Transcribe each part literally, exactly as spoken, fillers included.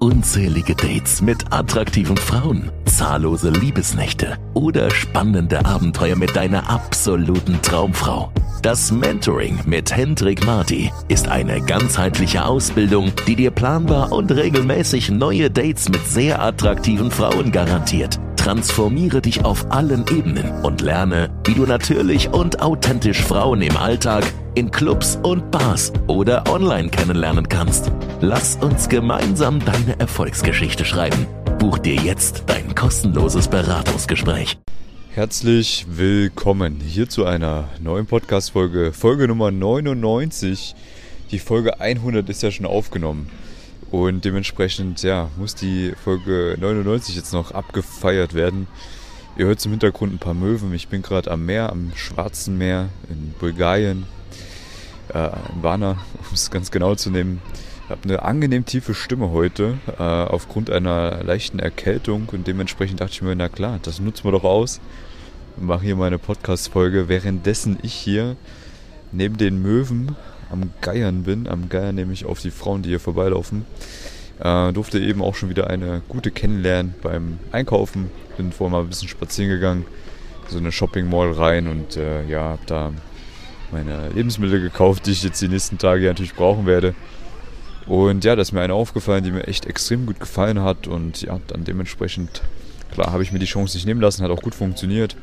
unzählige Dates mit attraktiven Frauen, zahllose Liebesnächte oder spannende Abenteuer mit deiner absoluten Traumfrau. Das Mentoring mit Hendrik Marty ist eine ganzheitliche Ausbildung, die dir planbar und regelmäßig neue Dates mit sehr attraktiven Frauen garantiert. Transformiere dich auf allen Ebenen und lerne, wie du natürlich und authentisch Frauen im Alltag, in Clubs und Bars oder online kennenlernen kannst. Lass uns gemeinsam deine Erfolgsgeschichte schreiben. Buch dir jetzt dein kostenloses Beratungsgespräch. Herzlich willkommen hier zu einer neuen Podcast-Folge, Folge Nummer neunundneunzig. Die Folge hundert ist ja schon aufgenommen und dementsprechend ja, muss die Folge neunundneunzig jetzt noch abgefeiert werden. Ihr hört zum Hintergrund ein paar Möwen. Ich bin gerade am Meer, am Schwarzen Meer in Bulgarien, äh, in Varna, um es ganz genau zu nehmen. Ich habe eine angenehm tiefe Stimme heute, äh, aufgrund einer leichten Erkältung und dementsprechend dachte ich mir, na klar, das nutzen wir doch aus. Ich mache hier meine Podcast-Folge, währenddessen ich hier neben den Möwen am Geiern bin, am Geiern nämlich auf die Frauen, die hier vorbeilaufen. Äh, durfte eben auch schon wieder eine gute kennenlernen beim Einkaufen. Bin vorher mal ein bisschen spazieren gegangen, so eine Shopping Mall rein und äh, ja, habe da meine Lebensmittel gekauft, die ich jetzt die nächsten Tage natürlich brauchen werde. Und ja, da ist mir eine aufgefallen, die mir echt extrem gut gefallen hat und ja, dann dementsprechend, klar, habe ich mir die Chance nicht nehmen lassen, hat auch gut funktioniert.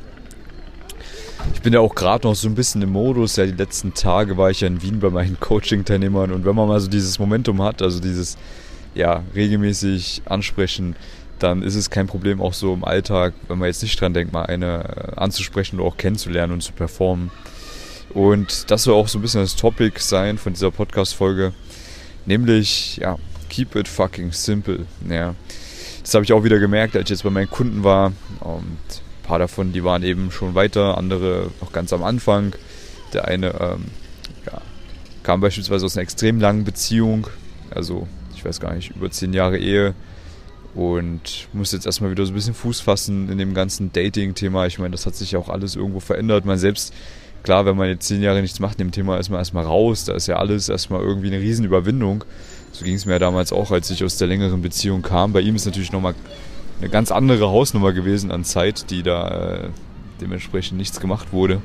Ich bin ja auch gerade noch so ein bisschen im Modus, ja, die letzten Tage war ich ja in Wien bei meinen Coaching-Teilnehmern und wenn man mal so dieses Momentum hat, also dieses, ja, regelmäßig ansprechen, dann ist es kein Problem auch so im Alltag, wenn man jetzt nicht dran denkt, mal eine anzusprechen oder auch kennenzulernen und zu performen. Und das soll auch so ein bisschen das Topic sein von dieser Podcast-Folge, nämlich, ja, keep it fucking simple, ja. Das habe ich auch wieder gemerkt, als ich jetzt bei meinen Kunden war und ein paar davon, die waren eben schon weiter, andere noch ganz am Anfang. Der eine ähm, ja, kam beispielsweise aus einer extrem langen Beziehung, also ich weiß gar nicht, über zehn Jahre Ehe und muss jetzt erstmal wieder so ein bisschen Fuß fassen in dem ganzen Dating-Thema. Ich meine, das hat sich ja auch alles irgendwo verändert. Man selbst, klar, wenn man jetzt zehn Jahre nichts macht in dem Thema, ist man erstmal raus. Da ist ja alles erstmal irgendwie eine Riesenüberwindung. So ging es mir ja damals auch, als ich aus der längeren Beziehung kam. Bei ihm ist natürlich nochmal eine ganz andere Hausnummer gewesen an Zeit, die da äh, dementsprechend nichts gemacht wurde.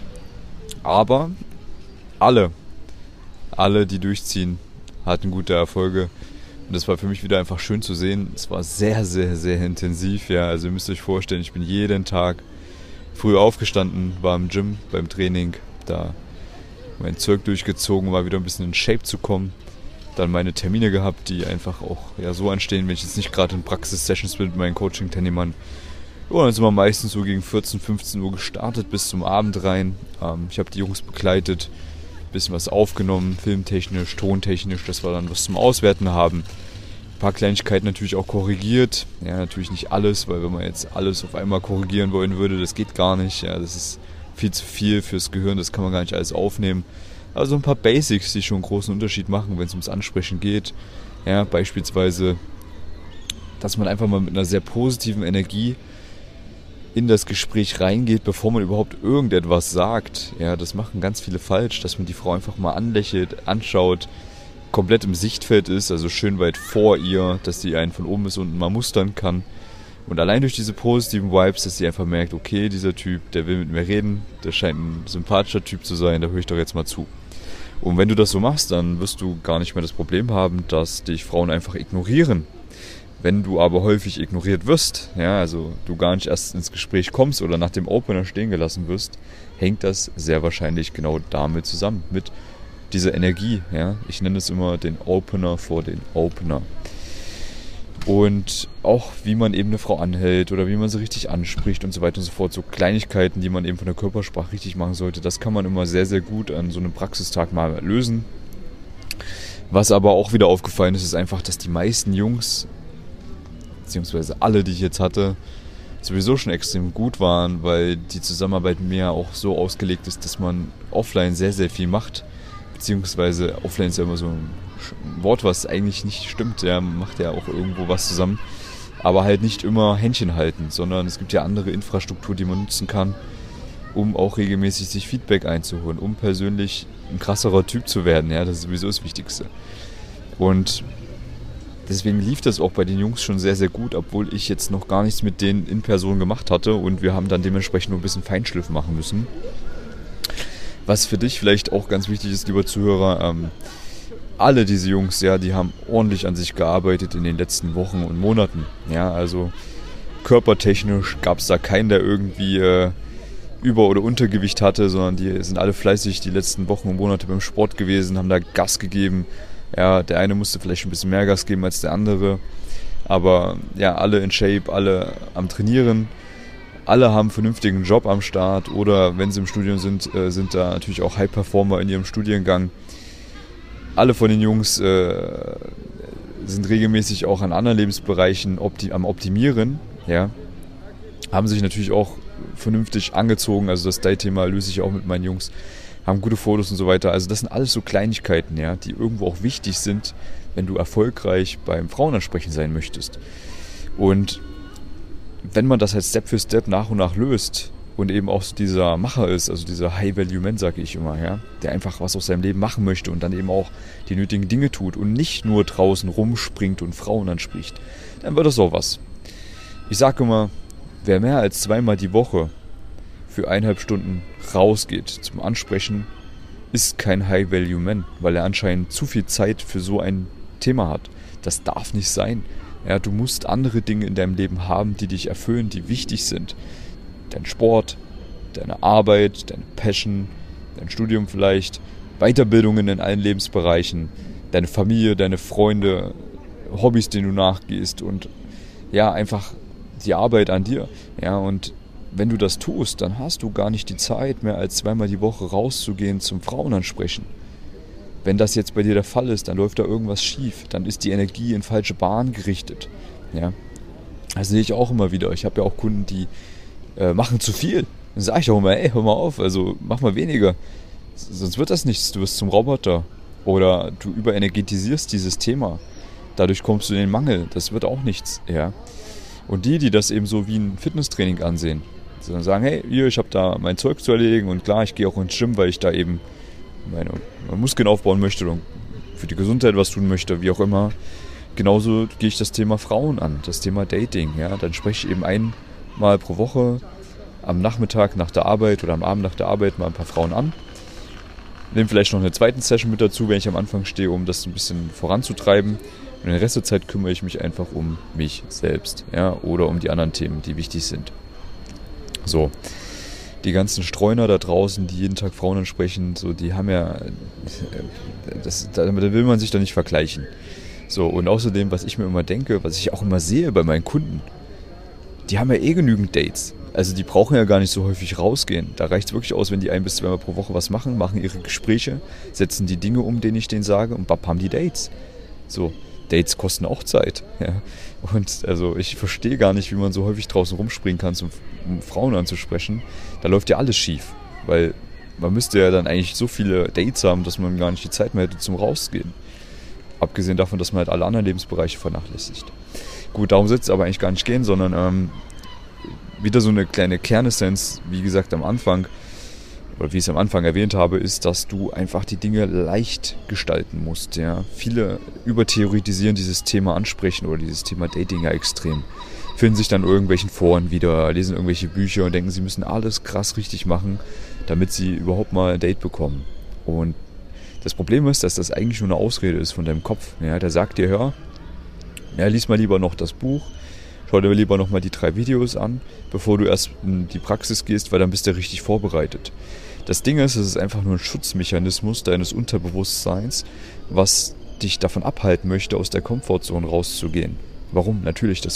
Aber alle, alle, die durchziehen, hatten gute Erfolge. Und das war für mich wieder einfach schön zu sehen. Es war sehr, sehr, sehr intensiv. Ja, also ihr müsst euch vorstellen, ich bin jeden Tag früh aufgestanden, war im Gym beim Training, da mein Zeug durchgezogen, war wieder ein bisschen in Shape zu kommen. Dann meine Termine gehabt, die einfach auch ja, so anstehen, wenn ich jetzt nicht gerade in Praxis-Sessions bin mit meinen Coaching-Teilnehmern. Ja, dann sind wir meistens so gegen vierzehn, fünfzehn Uhr gestartet bis zum Abend rein. Ähm, ich habe die Jungs begleitet, ein bisschen was aufgenommen, filmtechnisch, tontechnisch, dass wir dann was zum Auswerten haben. Ein paar Kleinigkeiten natürlich auch korrigiert. Ja, natürlich nicht alles, weil wenn man jetzt alles auf einmal korrigieren wollen würde, das geht gar nicht. Ja, das ist viel zu viel fürs Gehirn, das kann man gar nicht alles aufnehmen. Also ein paar Basics, die schon einen großen Unterschied machen, wenn es ums Ansprechen geht. Ja, beispielsweise, dass man einfach mal mit einer sehr positiven Energie in das Gespräch reingeht, bevor man überhaupt irgendetwas sagt. Ja, das machen ganz viele falsch, dass man die Frau einfach mal anlächelt, anschaut, komplett im Sichtfeld ist, also schön weit vor ihr, dass sie einen von oben bis unten mal mustern kann. Und allein durch diese positiven Vibes, dass sie einfach merkt, okay, dieser Typ, der will mit mir reden, der scheint ein sympathischer Typ zu sein, da höre ich doch jetzt mal zu. Und wenn du das so machst, dann wirst du gar nicht mehr das Problem haben, dass dich Frauen einfach ignorieren. Wenn du aber häufig ignoriert wirst, ja, also du gar nicht erst ins Gespräch kommst oder nach dem Opener stehen gelassen wirst, hängt das sehr wahrscheinlich genau damit zusammen, mit dieser Energie. Ja. Ich nenne es immer den Opener vor den Opener. Und auch wie man eben eine Frau anhält oder wie man sie richtig anspricht und so weiter und so fort. So Kleinigkeiten, die man eben von der Körpersprache richtig machen sollte, das kann man immer sehr, sehr gut an so einem Praxistag mal lösen. Was aber auch wieder aufgefallen ist, ist einfach, dass die meisten Jungs, beziehungsweise alle, die ich jetzt hatte, sowieso schon extrem gut waren, weil die Zusammenarbeit mit mir auch so ausgelegt ist, dass man offline sehr, sehr viel macht. Beziehungsweise offline ist ja immer so ein Wort, was eigentlich nicht stimmt, ja, man macht ja auch irgendwo was zusammen, aber halt nicht immer Händchen halten, sondern es gibt ja andere Infrastruktur, die man nutzen kann, um auch regelmäßig sich Feedback einzuholen, um persönlich ein krasserer Typ zu werden, ja, das ist sowieso das Wichtigste. Und deswegen lief das auch bei den Jungs schon sehr, sehr gut, obwohl ich jetzt noch gar nichts mit denen in Person gemacht hatte und wir haben dann dementsprechend nur ein bisschen Feinschliff machen müssen. Was für dich vielleicht auch ganz wichtig ist, lieber Zuhörer, ähm, alle diese Jungs, ja, die haben ordentlich an sich gearbeitet in den letzten Wochen und Monaten. Ja, also körpertechnisch gab es da keinen, der irgendwie äh, Über- oder Untergewicht hatte, sondern die sind alle fleißig die letzten Wochen und Monate beim Sport gewesen, haben da Gas gegeben. Ja, der eine musste vielleicht ein bisschen mehr Gas geben als der andere, aber ja, alle in Shape, alle am Trainieren, alle haben einen vernünftigen Job am Start oder wenn sie im Studium sind, äh, sind da natürlich auch High-Performer in ihrem Studiengang. Alle von den Jungs äh, sind regelmäßig auch an anderen Lebensbereichen opti- am Optimieren, ja, haben sich natürlich auch vernünftig angezogen, also das Date-Thema löse ich auch mit meinen Jungs, haben gute Fotos und so weiter. Also das sind alles so Kleinigkeiten, ja, die irgendwo auch wichtig sind, wenn du erfolgreich beim Frauenansprechen sein möchtest. Und wenn man das halt Step für Step nach und nach löst und eben auch dieser Macher ist, also dieser High-Value-Man, sage ich immer, ja, der einfach was aus seinem Leben machen möchte und dann eben auch die nötigen Dinge tut und nicht nur draußen rumspringt und Frauen anspricht, dann wird das auch was. Ich sage immer, wer mehr als zweimal die Woche für eineinhalb Stunden rausgeht zum Ansprechen, ist kein High-Value-Man, weil er anscheinend zu viel Zeit für so ein Thema hat. Das darf nicht sein. Ja, du musst andere Dinge in deinem Leben haben, die dich erfüllen, die wichtig sind. Dein Sport, deine Arbeit, deine Passion, dein Studium vielleicht, Weiterbildungen in allen Lebensbereichen, deine Familie, deine Freunde, Hobbys, denen du nachgehst und ja, einfach die Arbeit an dir. Ja, und wenn du das tust, dann hast du gar nicht die Zeit, mehr als zweimal die Woche rauszugehen zum Frauenansprechen. Wenn das jetzt bei dir der Fall ist, dann läuft da irgendwas schief. Dann ist die Energie in falsche Bahn gerichtet. Ja, das sehe ich auch immer wieder. Ich habe ja auch Kunden, die äh, machen zu viel. Dann sage ich auch immer, ey, hör mal auf, also mach mal weniger. Sonst wird das nichts. Du wirst zum Roboter. Oder du überenergetisierst dieses Thema. Dadurch kommst du in den Mangel. Das wird auch nichts. Ja. Und die, die das eben so wie ein Fitnesstraining ansehen, sondern sagen, hey, hier, ich habe da mein Zeug zu erledigen und klar, ich gehe auch ins Gym, weil ich da eben meine, meine Muskeln aufbauen möchte oder für die Gesundheit was tun möchte, wie auch immer. Genauso gehe ich das Thema Frauen an, das Thema Dating. Ja? Dann spreche ich eben einmal pro Woche am Nachmittag nach der Arbeit oder am Abend nach der Arbeit mal ein paar Frauen an. Nehme vielleicht noch eine zweite Session mit dazu, wenn ich am Anfang stehe, um das ein bisschen voranzutreiben. Und den Rest der Zeit kümmere ich mich einfach um mich selbst, ja, oder um die anderen Themen, die wichtig sind. So, die ganzen Streuner da draußen, die jeden Tag Frauen ansprechen, so, die haben ja, das, da will man sich doch nicht vergleichen. So, und außerdem, was ich mir immer denke, was ich auch immer sehe bei meinen Kunden, die haben ja eh genügend Dates. Also die brauchen ja gar nicht so häufig rausgehen. Da reicht es wirklich aus, wenn die ein- bis zweimal pro Woche was machen, machen ihre Gespräche, setzen die Dinge um, denen ich denen sage und bap, haben die Dates. So, Dates kosten auch Zeit. Ja. Und also ich verstehe gar nicht, wie man so häufig draußen rumspringen kann, um, um Frauen anzusprechen. Da läuft ja alles schief. Weil man müsste ja dann eigentlich so viele Dates haben, dass man gar nicht die Zeit mehr hätte zum Rausgehen. Abgesehen davon, dass man halt alle anderen Lebensbereiche vernachlässigt. Gut, darum soll es aber eigentlich gar nicht gehen, sondern ähm, wieder so eine kleine Kernessenz, wie gesagt am Anfang, oder wie ich es am Anfang erwähnt habe, ist, dass du einfach die Dinge leicht gestalten musst. Ja. Viele übertheoretisieren dieses Thema Ansprechen oder dieses Thema Dating ja extrem. Finden sich dann in irgendwelchen Foren wieder, lesen irgendwelche Bücher und denken, sie müssen alles krass richtig machen, damit sie überhaupt mal ein Date bekommen. Und das Problem ist, dass das eigentlich nur eine Ausrede ist von deinem Kopf. Ja, der sagt dir, hör, ja, lies mal lieber noch das Buch, schau dir lieber noch mal die drei Videos an, bevor du erst in die Praxis gehst, weil dann bist du richtig vorbereitet. Das Ding ist, es ist einfach nur ein Schutzmechanismus deines Unterbewusstseins, was dich davon abhalten möchte, aus der Komfortzone rauszugehen. Warum? Natürlich, das,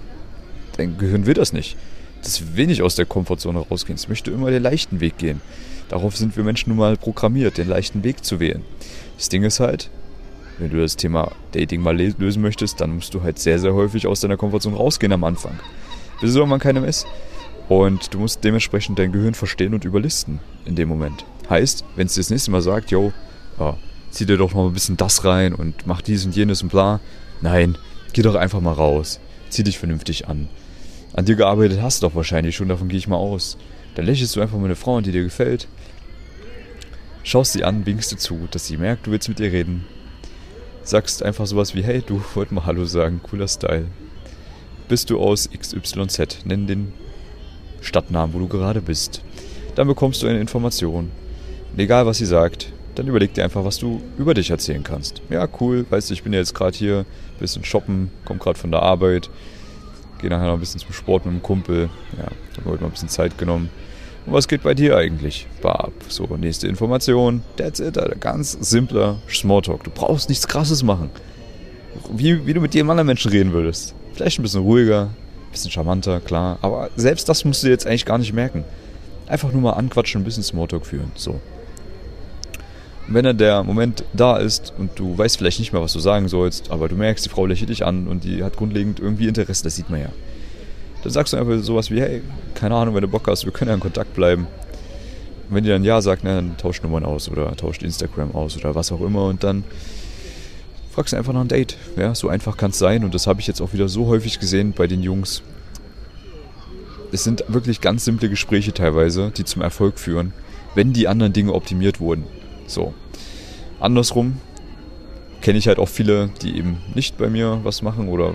dein Gehirn will das nicht. Das will nicht aus der Komfortzone rausgehen. Es möchte immer den leichten Weg gehen. Darauf sind wir Menschen nun mal programmiert, den leichten Weg zu wählen. Das Ding ist halt, wenn du das Thema Dating mal lösen möchtest, dann musst du halt sehr, sehr häufig aus deiner Komfortzone rausgehen am Anfang. Bis es irgendwann keinem ist. Und du musst dementsprechend dein Gehirn verstehen und überlisten in dem Moment. Heißt, wenn es dir das nächste Mal sagt, yo, ja, zieh dir doch noch ein bisschen das rein und mach dies und jenes und bla. Nein, geh doch einfach mal raus. Zieh dich vernünftig an. An dir gearbeitet hast du doch wahrscheinlich schon, davon gehe ich mal aus. Dann lächelst du einfach mal eine Frau an, die dir gefällt. Schaust sie an, winkst du zu, dass sie merkt, du willst mit ihr reden. sagst einfach sowas wie, hey, du, wollt mal Hallo sagen, cooler Style. Bist du aus X Y Z? Nenn den Stadtnamen, wo du gerade bist. Dann bekommst du eine Information. Und egal, was sie sagt, dann überleg dir einfach, was du über dich erzählen kannst. Ja, cool, weißt du, ich bin ja jetzt gerade hier, ein bisschen shoppen, komm gerade von der Arbeit, gehe nachher noch ein bisschen zum Sport mit dem Kumpel. Ja, dann heute mal ein bisschen Zeit genommen. Und was geht bei dir eigentlich? Bab. So, nächste Information. That's it, Alter. Ganz simpler Smalltalk. Du brauchst nichts Krasses machen. Wie, wie du mit jedem anderen Menschen reden würdest. Vielleicht ein bisschen ruhiger, ein bisschen charmanter, klar. Aber selbst das musst du jetzt eigentlich gar nicht merken. Einfach nur mal anquatschen, ein bisschen Smalltalk führen. So. Und wenn dann der Moment da ist und du weißt vielleicht nicht mehr, was du sagen sollst, aber du merkst, die Frau lächelt dich an und die hat grundlegend irgendwie Interesse, das sieht man ja. Dann sagst du einfach sowas wie, hey, keine Ahnung, wenn du Bock hast, wir können ja in Kontakt bleiben. Und wenn die dann Ja sagt, ne, dann tauscht Nummern aus oder tauscht Instagram aus oder was auch immer und dann fragst du einfach nach ein Date. Ja, so einfach kann es sein und das habe ich jetzt auch wieder so häufig gesehen bei den Jungs. Es sind wirklich ganz simple Gespräche teilweise, die zum Erfolg führen, wenn die anderen Dinge optimiert wurden. So. Andersrum kenne ich halt auch viele, die eben nicht bei mir was machen oder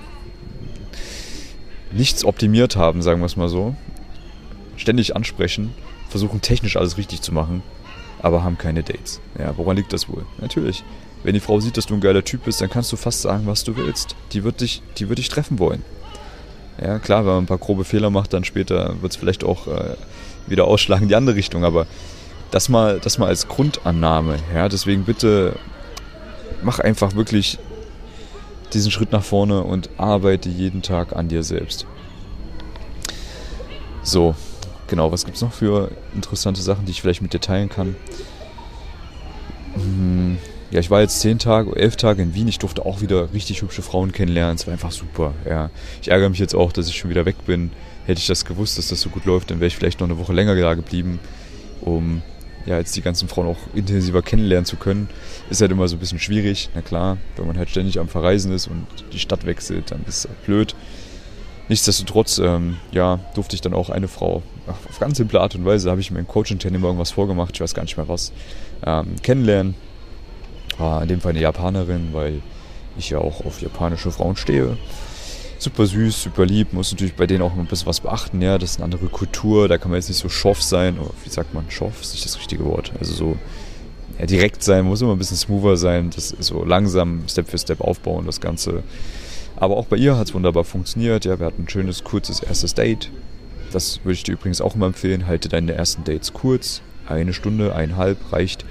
nichts optimiert haben, sagen wir es mal so. Ständig ansprechen, versuchen technisch alles richtig zu machen, aber haben keine Dates. Ja, woran liegt das wohl? Natürlich. Wenn die Frau sieht, dass du ein geiler Typ bist, dann kannst du fast sagen, was du willst. Die wird dich, die wird dich treffen wollen. Ja, klar, wenn man ein paar grobe Fehler macht, dann später wird es vielleicht auch äh, wieder ausschlagen in die andere Richtung, aber das mal, das mal als Grundannahme. Ja, deswegen bitte mach einfach wirklich diesen Schritt nach vorne und arbeite jeden Tag an dir selbst. So, genau, was gibt es noch für interessante Sachen, die ich vielleicht mit dir teilen kann? Hm, ja, ich war jetzt zehn Tage, elf Tage in Wien. Ich durfte auch wieder richtig hübsche Frauen kennenlernen. Es war einfach super. Ja. Ich ärgere mich jetzt auch, dass ich schon wieder weg bin. Hätte ich das gewusst, dass das so gut läuft, dann wäre ich vielleicht noch eine Woche länger da geblieben, um ja, jetzt die ganzen Frauen auch intensiver kennenlernen zu können. Ist halt immer so ein bisschen schwierig. Na klar, wenn man halt ständig am Verreisen ist und die Stadt wechselt, dann ist es halt blöd. Nichtsdestotrotz, ähm, ja, durfte ich dann auch eine Frau, auf ganz simple Art und Weise, habe ich mir im Coaching-Team irgendwas vorgemacht, ich weiß gar nicht mehr was, ähm, kennenlernen. War in dem Fall eine Japanerin, weil ich ja auch auf japanische Frauen stehe. Super süß, super lieb, muss natürlich bei denen auch immer ein bisschen was beachten, ja, das ist eine andere Kultur, da kann man jetzt nicht so schoff sein, oder wie sagt man, schoff ist nicht das richtige Wort, also so ja, direkt sein, muss immer ein bisschen smoother sein, das ist so langsam, Step für Step aufbauen, das Ganze. Aber auch bei ihr hat es wunderbar funktioniert, ja, wir hatten ein schönes, kurzes erstes Date, das würde ich dir übrigens auch immer empfehlen, halte deine ersten Dates kurz, eine Stunde, eineinhalb reicht,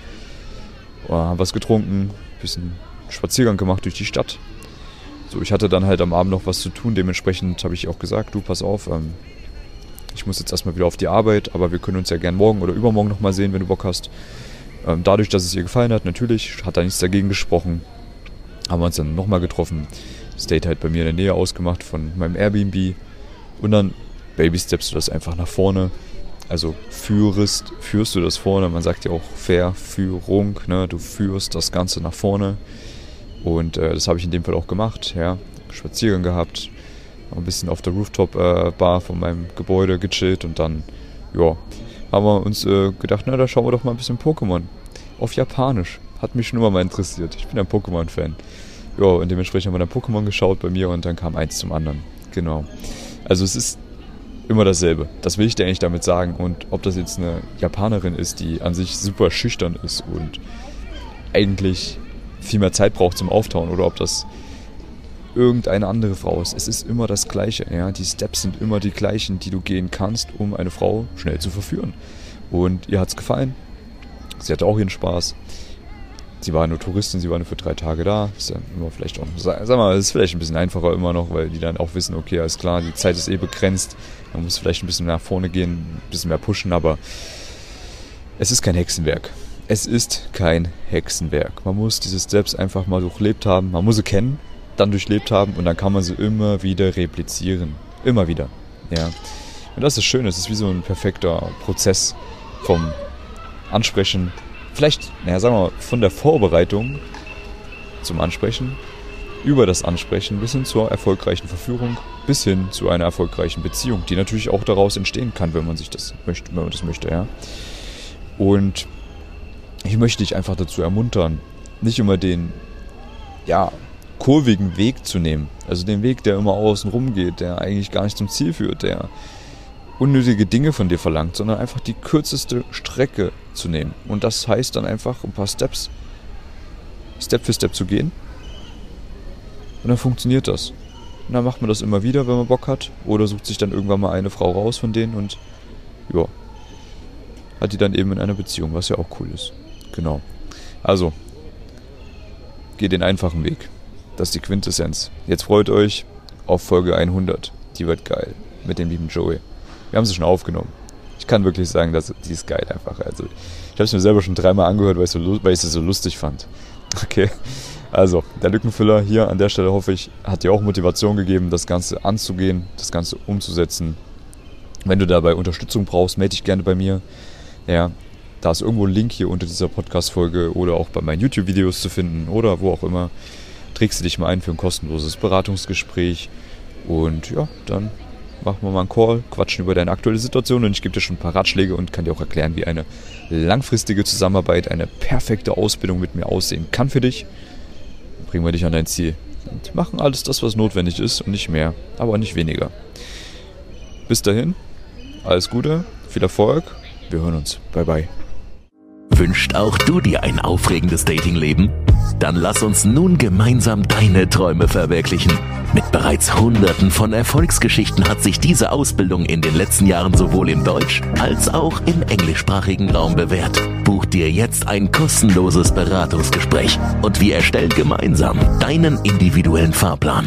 oh, haben was getrunken, ein bisschen Spaziergang gemacht durch die Stadt. So, ich hatte dann halt am Abend noch was zu tun, dementsprechend habe ich auch gesagt, du, pass auf, ähm, ich muss jetzt erstmal wieder auf die Arbeit, aber wir können uns ja gern morgen oder übermorgen nochmal sehen, wenn du Bock hast. Ähm, dadurch, dass es ihr gefallen hat, natürlich, hat da nichts dagegen gesprochen, haben wir uns dann nochmal getroffen, das Date halt bei mir in der Nähe ausgemacht von meinem Airbnb und dann baby-steppst du das einfach nach vorne, also führst, führst du das vorne, man sagt ja auch Verführung, ne? Du führst das Ganze nach vorne. Und äh, das habe ich in dem Fall auch gemacht, ja. Spaziergang gehabt, ein bisschen auf der Rooftop-Bar äh, von meinem Gebäude gechillt und dann, ja, haben wir uns äh, gedacht, na, da schauen wir doch mal ein bisschen Pokémon. Auf Japanisch. Hat mich schon immer mal interessiert. Ich bin ein Pokémon-Fan. Ja, und dementsprechend haben wir dann Pokémon geschaut bei mir und dann kam eins zum anderen. Genau. Also es ist immer dasselbe. Das will ich dir eigentlich damit sagen. Und ob das jetzt eine Japanerin ist, die an sich super schüchtern ist und eigentlich viel mehr Zeit braucht zum Auftauen oder ob das irgendeine andere Frau ist. Es ist immer das Gleiche. Ja? Die Steps sind immer die gleichen, die du gehen kannst, um eine Frau schnell zu verführen. Und ihr hat es gefallen. Sie hatte auch ihren Spaß. Sie war nur Touristin, sie war nur für drei Tage da. Ist ja immer vielleicht auch, sag mal, es ist vielleicht ein bisschen einfacher immer noch, weil die dann auch wissen, okay, alles klar, die Zeit ist eh begrenzt. Man muss vielleicht ein bisschen nach vorne gehen, ein bisschen mehr pushen, aber es ist kein Hexenwerk. Es ist kein Hexenwerk. Man muss diese Steps einfach mal durchlebt haben. Man muss sie kennen, dann durchlebt haben und dann kann man sie immer wieder replizieren. Immer wieder. Ja. Und das ist schön. Es ist wie so ein perfekter Prozess vom Ansprechen. Vielleicht, naja, sagen wir mal, von der Vorbereitung zum Ansprechen, über das Ansprechen bis hin zur erfolgreichen Verführung, bis hin zu einer erfolgreichen Beziehung, die natürlich auch daraus entstehen kann, wenn man sich das möchte, wenn man das möchte, ja. Und ich möchte dich einfach dazu ermuntern, nicht immer den, ja, kurvigen Weg zu nehmen. Also den Weg, der immer außen rum geht, der eigentlich gar nicht zum Ziel führt, der unnötige Dinge von dir verlangt, sondern einfach die kürzeste Strecke zu nehmen. Und das heißt dann einfach ein paar Steps, Step für Step zu gehen. Und dann funktioniert das. Und dann macht man das immer wieder, wenn man Bock hat. Oder sucht sich dann irgendwann mal eine Frau raus von denen und ja, hat die dann eben in einer Beziehung, was ja auch cool ist. Genau. Also, geht den einfachen Weg. Das ist die Quintessenz. Jetzt freut euch auf Folge hundert. Die wird geil. Mit dem lieben Joey. Wir haben sie schon aufgenommen. Ich kann wirklich sagen, dass die ist geil einfach. Also, ich habe es mir selber schon dreimal angehört, weil ich, so, weil ich sie so lustig fand. Okay. Also, der Lückenfüller hier an der Stelle, hoffe ich, hat dir auch Motivation gegeben, das Ganze anzugehen, das Ganze umzusetzen. Wenn du dabei Unterstützung brauchst, melde dich gerne bei mir. Ja, da ist irgendwo ein Link hier unter dieser Podcast-Folge oder auch bei meinen YouTube-Videos zu finden oder wo auch immer. Trägst du dich mal ein für ein kostenloses Beratungsgespräch und ja, dann machen wir mal einen Call, quatschen über deine aktuelle Situation und ich gebe dir schon ein paar Ratschläge und kann dir auch erklären, wie eine langfristige Zusammenarbeit, eine perfekte Ausbildung mit mir aussehen kann für dich. Dann bringen wir dich an dein Ziel und machen alles das, was notwendig ist und nicht mehr, aber auch nicht weniger. Bis dahin, alles Gute, viel Erfolg, wir hören uns, bye bye. Wünscht auch du dir ein aufregendes Datingleben? Dann lass uns nun gemeinsam deine Träume verwirklichen. Mit bereits Hunderten von Erfolgsgeschichten hat sich diese Ausbildung in den letzten Jahren sowohl im Deutsch- als auch im englischsprachigen Raum bewährt. Buch dir jetzt ein kostenloses Beratungsgespräch und wir erstellen gemeinsam deinen individuellen Fahrplan.